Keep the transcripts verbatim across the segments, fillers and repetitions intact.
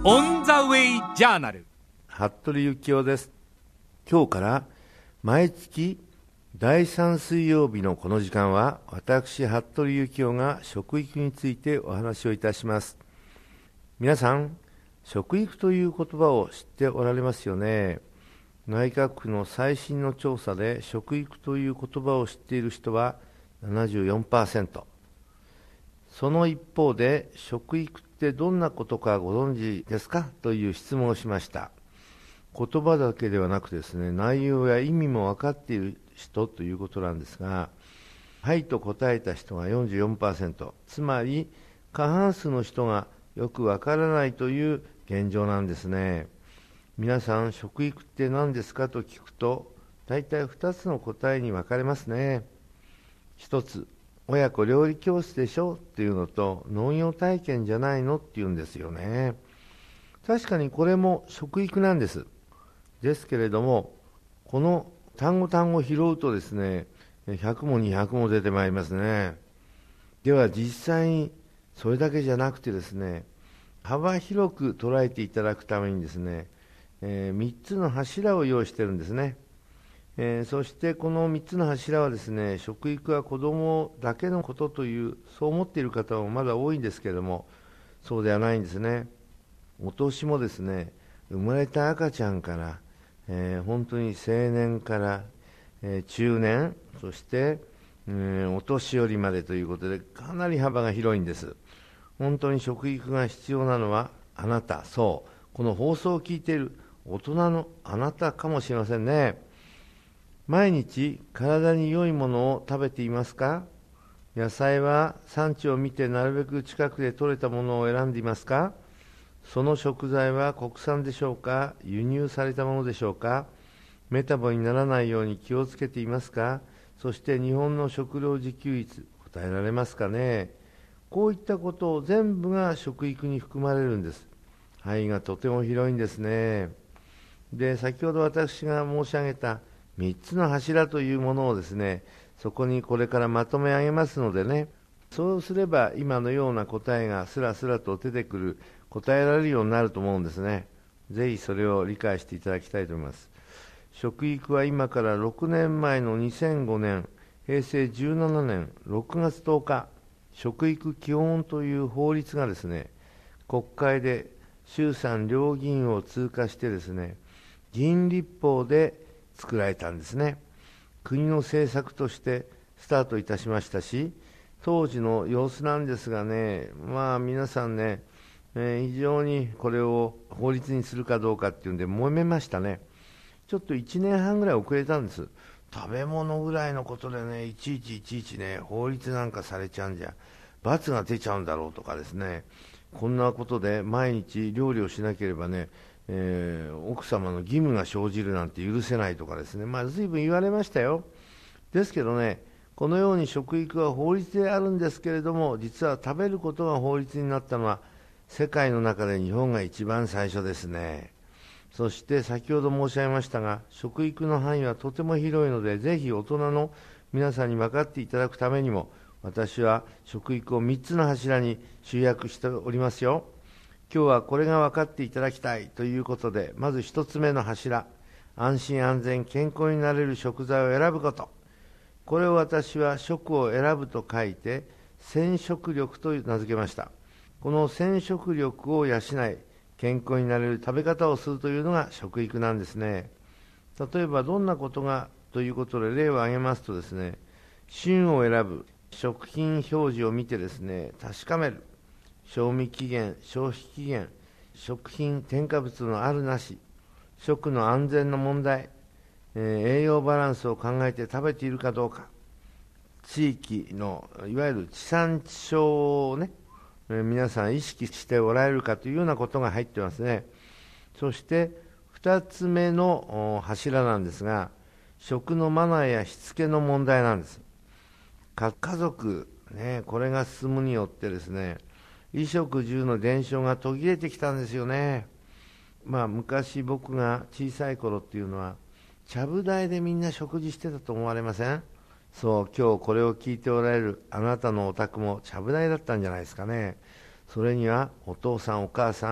オンザウェイジャーナル、 服部幸男です。今日から毎月だいさん水曜日のこの時間は、私服部幸男が食育についてお話をいたします。皆さん、食育という言葉を知っておられますよね。内閣府の最新の調査で、食育という言葉を知っている人は ななじゅうよんパーセント。その一方で、食育ってどんなことかご存知ですかという質問をしました。言葉だけではなくですね、内容や意味も分かっている人ということなんですが、はいと答えた人が よんじゅうよんパーセント、つまり過半数の人がよく分からないという現状なんですね。皆さん、食育って何ですかと聞くと、大体ふたつの答えに分かれますね。ひとつ、親子料理教室でしょっていうのと、農業体験じゃないのっていうんですよね。確かにこれも食育なんです。ですけれども、この単語単語を拾うとですね、ひゃくもにひゃくも出てまいりますね。では実際にそれだけじゃなくてですね、幅広く捉えていただくためにですね、えー、みっつの柱を用意してるんですね。えー、そしてこのみっつの柱はですね、食育は子どもだけのことという、そう思っている方もまだ多いんですけれども、そうではないんですね。お年もですね、生まれた赤ちゃんから、えー、本当に青年から、えー、中年、そして、えー、お年寄りまでということで、かなり幅が広いんです。本当に食育が必要なのはあなた、そう、この放送を聞いている大人のあなたかもしれませんね。毎日体に良いものを食べていますか？野菜は産地を見てなるべく近くで採れたものを選んでいますか？その食材は国産でしょうか、輸入されたものでしょうか？メタボにならないように気をつけていますか？そして日本の食料自給率、答えられますかね？こういったことを全部が食育に含まれるんです。範囲がとても広いんですね。で、先ほど私が申し上げたみっつの柱というものをですね、そこにこれからまとめ上げますのでね、そうすれば今のような答えがスラスラと出てくる、答えられるようになると思うんですね。ぜひそれを理解していただきたいと思います。食育は今からろくねんまえのにせんごねん、へいせいじゅうななねんろくがつとおか、食育基本という法律がですね、国会で衆参両議院を通過してですね、議員立法で作られたんですね。国の政策としてスタートいたしましたし、当時の様子なんですがね、まあ皆さんね、えー、非常にこれを法律にするかどうかっていうんで揉めましたね。ちょっといちねんはんぐらい遅れたんです。食べ物ぐらいのことでね、いちいちいちいちね、法律なんかされちゃうんじゃ罰が出ちゃうんだろうとかですね、こんなことで毎日料理をしなければね、えー、奥様の義務が生じるなんて許せないとかですね、まあ随分言われましたよ。ですけどね、このように食育は法律であるんですけれども、実は食べることが法律になったのは世界の中で日本が一番最初ですね。そして先ほど申し上げましたが、食育の範囲はとても広いので、ぜひ大人の皆さんに分かっていただくためにも、私は食育をみっつの柱に集約しておりますよ。今日はこれが分かっていただきたいということで、まずひとつめの柱、安心安全健康になれる食材を選ぶこと。これを私は食を選ぶと書いて選食力と名付けました。この選食力を養い、健康になれる食べ方をするというのが食育なんですね。例えばどんなことがということで例を挙げますとですね、旬を選ぶ、食品表示を見てですね、確かめる、賞味期限、消費期限、食品添加物のあるなし、食の安全の問題、えー、栄養バランスを考えて食べているかどうか、地域のいわゆる地産地消をね、えー、皆さん意識しておられるかというようなことが入ってますね。そしてふたつめの柱なんですが、食のマナーやしつけの問題なんです。家族、ね、これが進むによってですね、衣食住の伝承が途切れてきたんですよね。まあ昔僕が小さい頃っていうのは、ちゃぶ台でみんな食事してたと思われません？そう、今日これを聞いておられるあなたのお宅もちゃぶ台だったんじゃないですかね。それにはお父さんお母さん、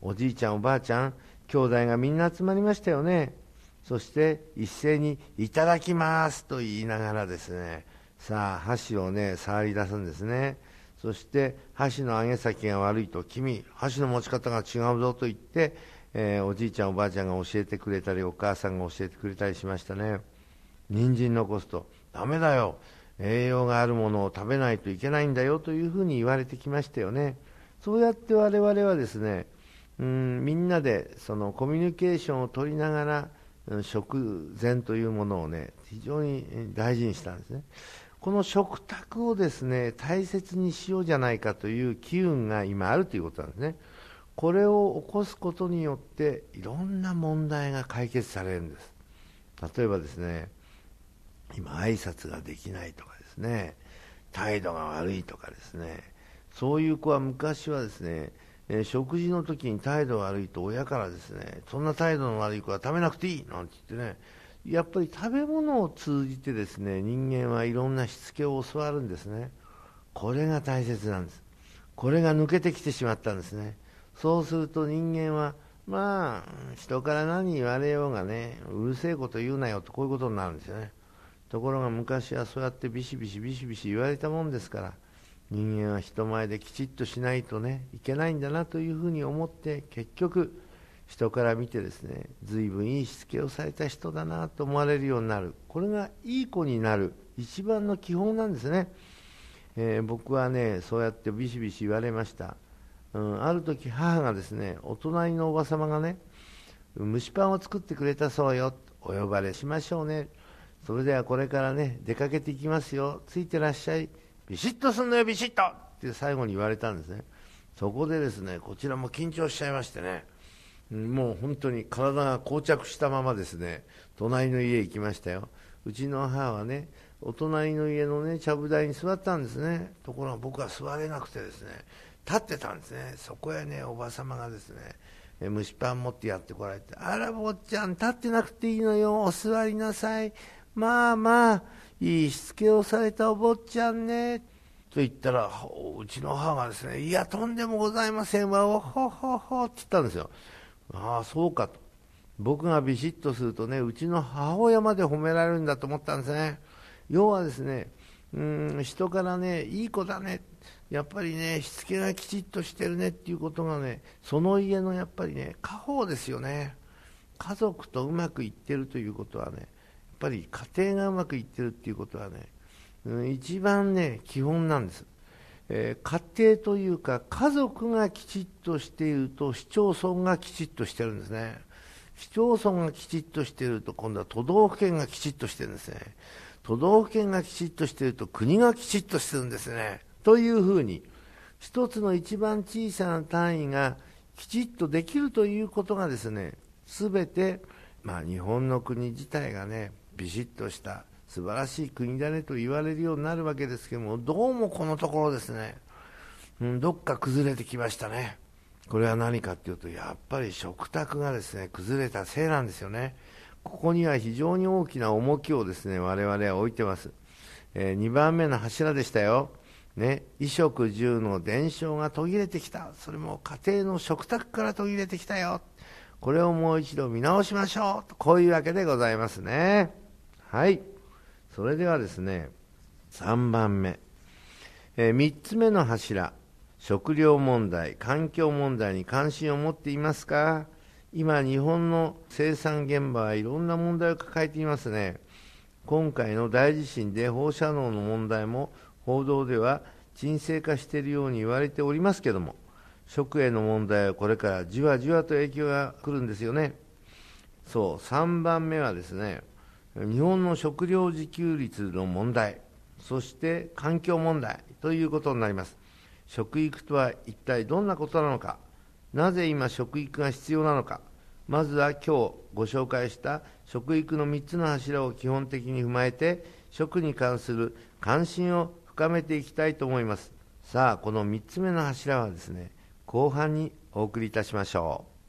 おじいちゃんおばあちゃん兄弟がみんな集まりましたよね。そして一斉にいただきますと言いながらですね、さあ箸をね触り出すんですね。そして箸の上げ先が悪いと、君箸の持ち方が違うぞと言って、えー、おじいちゃんおばあちゃんが教えてくれたり、お母さんが教えてくれたりしましたね。人参残すとダメだよ、栄養があるものを食べないといけないんだよというふうに言われてきましたよね。そうやって我々はですね、うんみんなでそのコミュニケーションを取りながら食膳というものをね非常に大事にしたんですね。この食卓をですね大切にしようじゃないかという機運が今あるということなんですね。これを起こすことによっていろんな問題が解決されるんです。例えばですね、今挨拶ができないとかですね、態度が悪いとかですね、そういう子は昔はですね、えー、食事の時に態度が悪いと親からですね、そんな態度の悪い子は食べなくていいなんて言ってね、やっぱり食べ物を通じてですね、人間はいろんなしつけを教わるんですね。これが大切なんです。これが抜けてきてしまったんですね。そうすると人間はまあ人から何言われようがね、うるせえこと言うなよと、こういうことになるんですよね。ところが昔はそうやってビシビシビシビシ言われたもんですから、人間は人前できちっとしないとねいけないんだなというふうに思って、結局人から見てですね、随分いいしつけをされた人だなと思われるようになる。これがいい子になる一番の基本なんですね。えー、僕はねそうやってビシビシ言われました。うん、ある時母がですね、お隣のおば様がね蒸しパンを作ってくれたそうよ、お呼ばれしましょうね、それではこれからね出かけていきますよ、ついてらっしゃい、ビシッとすんのよビシッとって最後に言われたんですね。そこでですねこちらも緊張しちゃいましてね、もう本当に体が膠着したままですね隣の家へ行きましたよ。うちの母はねお隣の家のねちゃぶ台に座ったんですね。ところが僕は座れなくてですね立ってたんですね。そこへねおば様がですね蒸しパン持ってやってこられて、あら坊ちゃん立ってなくていいのよ、お座りなさい、まあまあいいしつけをされたお坊ちゃんねと言ったら、うちの母がですね、いやとんでもございませんわ、おほほほって言ったんですよ。ああそうかと、僕がビシッとするとねうちの母親まで褒められるんだと思ったんですね。要はですね、うーん人からねいい子だね、やっぱりねしつけがきちっとしてるねっていうことがね、その家のやっぱりね家宝ですよね。家族とうまくいってるということはね、やっぱり家庭がうまくいってるっていうことはね、うん、一番ね基本なんです。えー、家庭というか家族がきちっとしていると市町村がきちっとしてるんですね。市町村がきちっとしていると今度は都道府県がきちっとしてるんですね。都道府県がきちっとしていると国がきちっとしてるんですね。というふうに一つの一番小さな単位がきちっとできるということがですね、全て、まあ、日本の国自体がねビシッとした素晴らしい国だねと言われるようになるわけですけども、どうもこのところですね、うん、どっか崩れてきましたね。これは何かというと、やっぱり食卓がですね崩れたせいなんですよね。ここには非常に大きな重きをですね我々は置いてます。えー、にばんめの柱でしたよ、ね、衣食住の伝承が途切れてきた、それも家庭の食卓から途切れてきたよ、これをもう一度見直しましょうと、こういうわけでございますね。はい、それではですねさんばんめ、えー、みっつめの柱、食料問題、環境問題に関心を持っていますか。今日本の生産現場はいろんな問題を抱えていますね。今回の大地震で放射能の問題も報道では沈静化しているように言われておりますけども、食への問題はこれからじわじわと影響が来るんですよね。そう、さんばんめはですね、日本の食料自給率の問題、そして環境問題ということになります。食育とは一体どんなことなのか、なぜ今食育が必要なのか、まずは今日ご紹介した食育のみっつの柱を基本的に踏まえて、食に関する関心を深めていきたいと思います。さあこのみっつめの柱はですね、後半にお送りいたしましょう。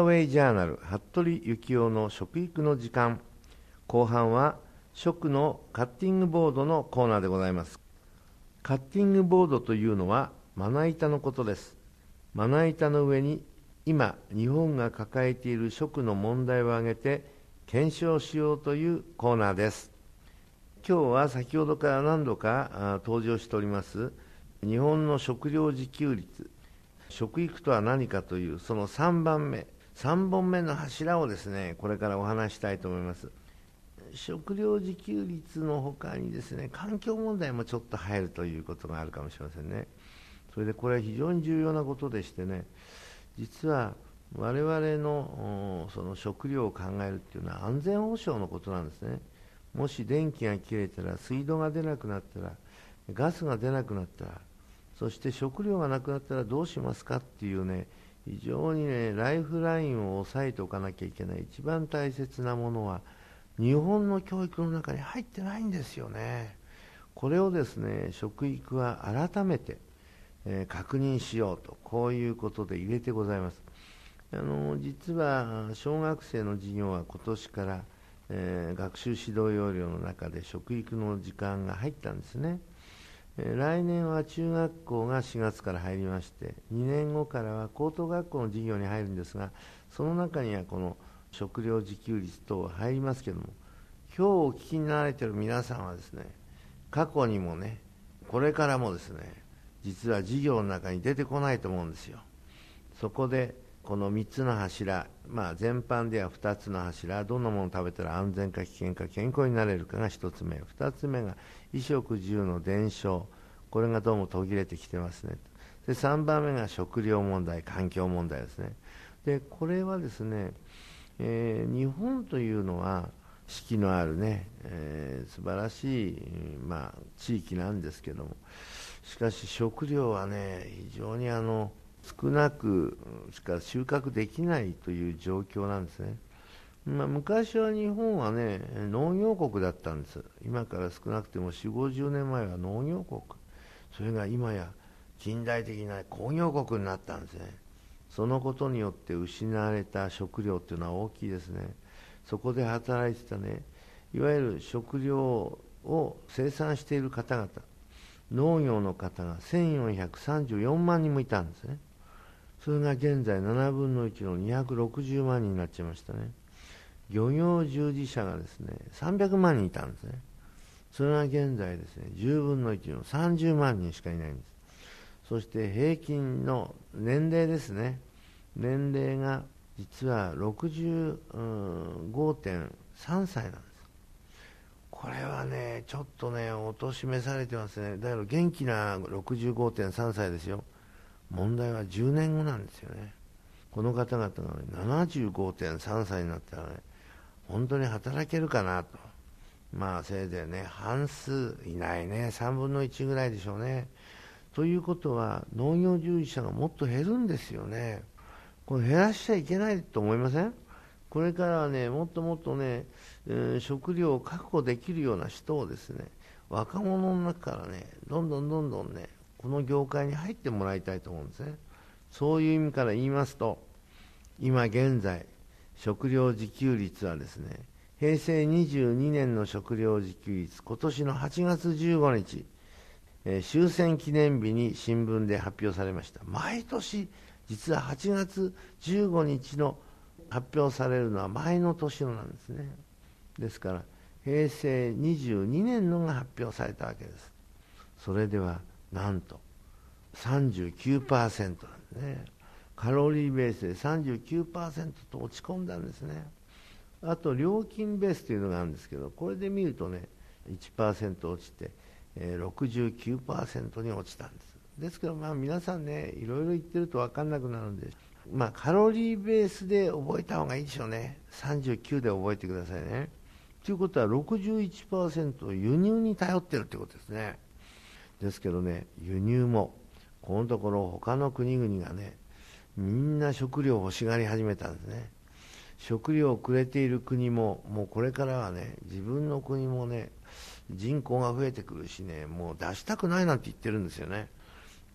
ザーウェイジャーナル服部幸男の食育の時間、後半は食のカッティングボードのコーナーでございます。カッティングボードというのはまな板のことです。まな板の上に今日本が抱えている食の問題を挙げて検証しようというコーナーです。今日は先ほどから何度か登場しております日本の食料自給率、食育とは何かというそのさんばんめ、さんぼんめの柱をですね、これからお話したいと思います。食料自給率のほかにですね、環境問題もちょっと入るということがあるかもしれませんね。それでこれは非常に重要なことでしてね、実は我々のその食料を考えるっていうのは安全保障のことなんですね。もし電気が切れたら、水道が出なくなったら、ガスが出なくなったら、そして食料がなくなったらどうしますかっていうね、非常にね、ライフラインを抑えておかなきゃいけない一番大切なものは日本の教育の中に入ってないんですよね。これをですね、食育は改めて、えー、確認しようと、こういうことで入れてございます。あの実は小学生の授業は今年から、えー、学習指導要領の中で食育の時間が入ったんですね。来年は中学校がしがつから入りまして、にねんごからは高等学校の授業に入るんですが、その中にはこの食料自給率等入りますけれども、今日お聞きになられている皆さんはですね、過去にもね、これからもですね、実は授業の中に出てこないと思うんですよ。そこでこのみっつの柱、まあ、全般ではふたつの柱、どんなものを食べたら安全か危険か健康になれるかがひとつめ、ふたつめが衣食住の伝承、これがどうも途切れてきてますね。でさんばんめが食料問題、環境問題ですね。でこれはですね、えー、日本というのは四季のあるね、えー、素晴らしい、まあ、地域なんですけども、しかし食料はね、非常にあの少なくしか収穫できないという状況なんですね。まあ、昔は日本はね、農業国だったんです。今から少なくてもよんじゅう、ごじゅうねんまえは農業国、それが今や近代的な工業国になったんですね。そのことによって失われた食料というのは大きいですね。そこで働いてたね、いわゆる食料を生産している方々、農業の方がせんよんひゃくさんじゅうよんまんにんもいたんですね。それが現在ななぶんのいちのにひゃくろくじゅうまんにんになっちゃいましたね。漁業従事者がですね、さんびゃくまんにんいたんですね。それが現在ですね、じゅうぶんのいちのさんじゅうまんにんしかいないんです。そして平均の年齢ですね、年齢が実は ろくじゅうごてんさんさいなんです。これはね、ちょっとね、おとしめされてますね。だけど元気な ろくじゅうごてんさんさいですよ。問題はじゅうねんごなんですよね。この方々が、ね、ななじゅうごてんさんさいになったらね、本当に働けるかなと。まあせいぜいね、半数いないね、さんぶんのいちぐらいでしょうね。ということは農業従事者がもっと減るんですよね。これ減らしちゃいけないと思いません？これからはね、もっともっとね、えー、食料を確保できるような人をですね、若者の中からね、どんどんどんどんね、この業界に入ってもらいたいと思うんですね。そういう意味から言いますと、今現在食料自給率はですね、へいせいにじゅうにねんの食料自給率、今年のはちがつじゅうごにち、えー、終戦記念日に新聞で発表されました。毎年実ははちがつじゅうごにちの発表されるのは前の年のなんですね。ですからへいせいにじゅうにねんのが発表されたわけです。それではなんと さんじゅうきゅうパーセント なんですね。カロリーベースで さんじゅうきゅうパーセント と落ち込んだんですね。あと料金ベースというのがあるんですけど、これで見るとね いちパーセント 落ちて、えー、ろくじゅうきゅうパーセント に落ちたんです。ですけどまあ皆さんね、いろいろ言ってると分かんなくなるんで、まあカロリーベースで覚えた方がいいでしょうね。さんじゅうきゅうで覚えてくださいね。ということは ろくじゅういちパーセント 輸入に頼ってるってことですね。ですけどね、輸入もこのところ他の国々がね、みんな食料を欲しがり始めたんですね。食料をくれている国ももうこれからはね、自分の国もね、人口が増えてくるしね、もう出したくないなんて言ってるんですよね。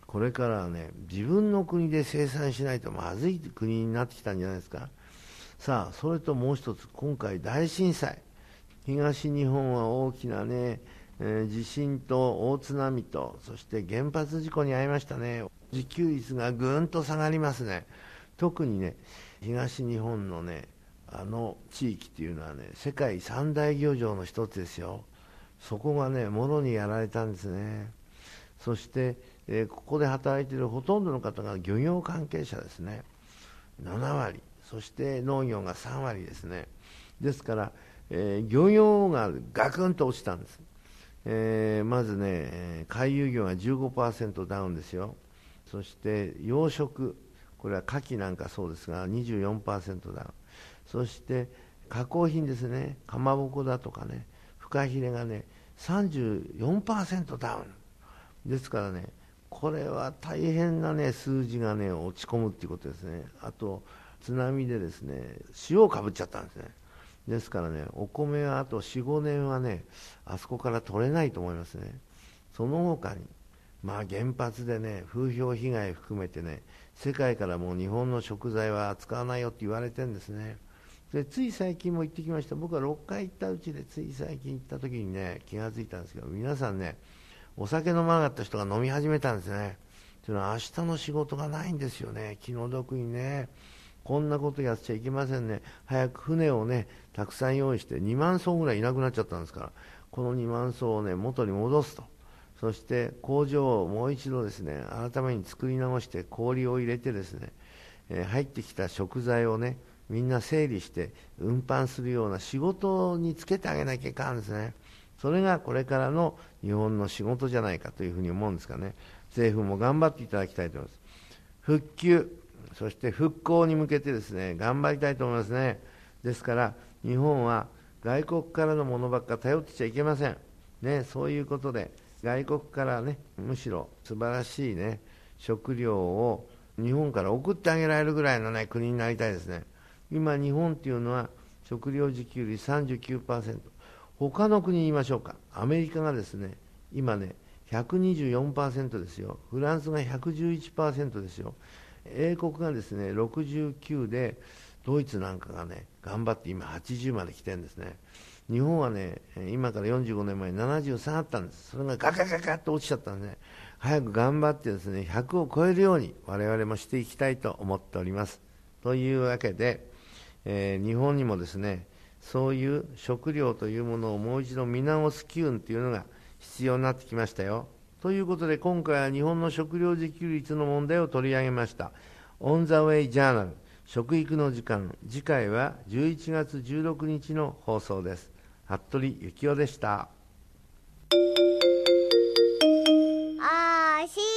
これからはね、自分の国で生産しないとまずい国になってきたんじゃないですか。さあ、それともう一つ、今回大震災、東日本は大きなね、えー、地震と大津波と、そして原発事故に遭いましたね。自給率がぐんと下がりますね。特にね、東日本のね、あの地域っていうのはね、世界三大漁場の一つですよ。そこがね、もろにやられたんですね。そして、えー、ここで働いているほとんどの方が漁業関係者ですね。ななわり、そして農業がさんわりですね。ですから、えー、漁業がガクンと落ちたんです。えー、まずね、回遊魚が じゅうごパーセント ダウンですよ。そして養殖、これは牡蠣なんかそうですが にじゅうよんパーセント ダウン。そして加工品ですね、かまぼこだとかね、フカヒレがね さんじゅうよんパーセント ダウンですからね、これは大変なね数字がね落ち込むっていうことですね。あと津波でですね、塩をかぶっちゃったんですね。ですからね、お米はあと よん、ごねんはね、あそこから取れないと思いますね。その他に、まあ原発でね、風評被害含めてね、世界からもう日本の食材は扱わないよって言われてるんですね。でつい最近も行ってきました。僕はろっかい行ったうちでつい最近行った時にね、気がついたんですけど、皆さんね、お酒飲まなかった人が飲み始めたんですね。というのは明日の仕事がないんですよね、気の毒にね。こんなことやっちゃいけませんね。早く船をね、たくさん用意してにまんそうぐらいいなくなっちゃったんですから、このにまんそうをね、元に戻すと。そして工場をもう一度ですね、改めに作り直して氷を入れてですね、えー、入ってきた食材をね、みんな整理して運搬するような仕事につけてあげなきゃいかんですね。それがこれからの日本の仕事じゃないかというふうに思うんですがね、政府も頑張っていただきたいと思います。復旧、そして復興に向けてですね、頑張りたいと思いますね。ですから日本は外国からのものばっか頼ってちゃいけません、ね、そういうことで外国からね、むしろ素晴らしいね食料を日本から送ってあげられるぐらいのね国になりたいですね。今日本っていうのは食料自給率 さんじゅうきゅうパーセント、 他の国言いましょうか。アメリカがですね今ね ひゃくにじゅうよんパーセント ですよ。フランスが ひゃくじゅういちパーセント ですよ。英国がですねろくじゅうきゅうで、ドイツなんかがね頑張って今はちじゅうまで来てるんですね。日本はね今からよんじゅうごねんまえにななじゅうさんあったんです。それがガガガガッと落ちちゃったんでね、早く頑張ってですねひゃくを超えるように我々もしていきたいと思っております。というわけで、えー、日本にもですねそういう食料というものをもう一度見直す機運というのが必要になってきましたよ。ということで今回は日本の食料自給率の問題を取り上げました。オン・ザ・ウェイ・ジャーナル食育の時間、次回はじゅういちがつじゅうろくにちの放送です。服部幸男でした。 あーし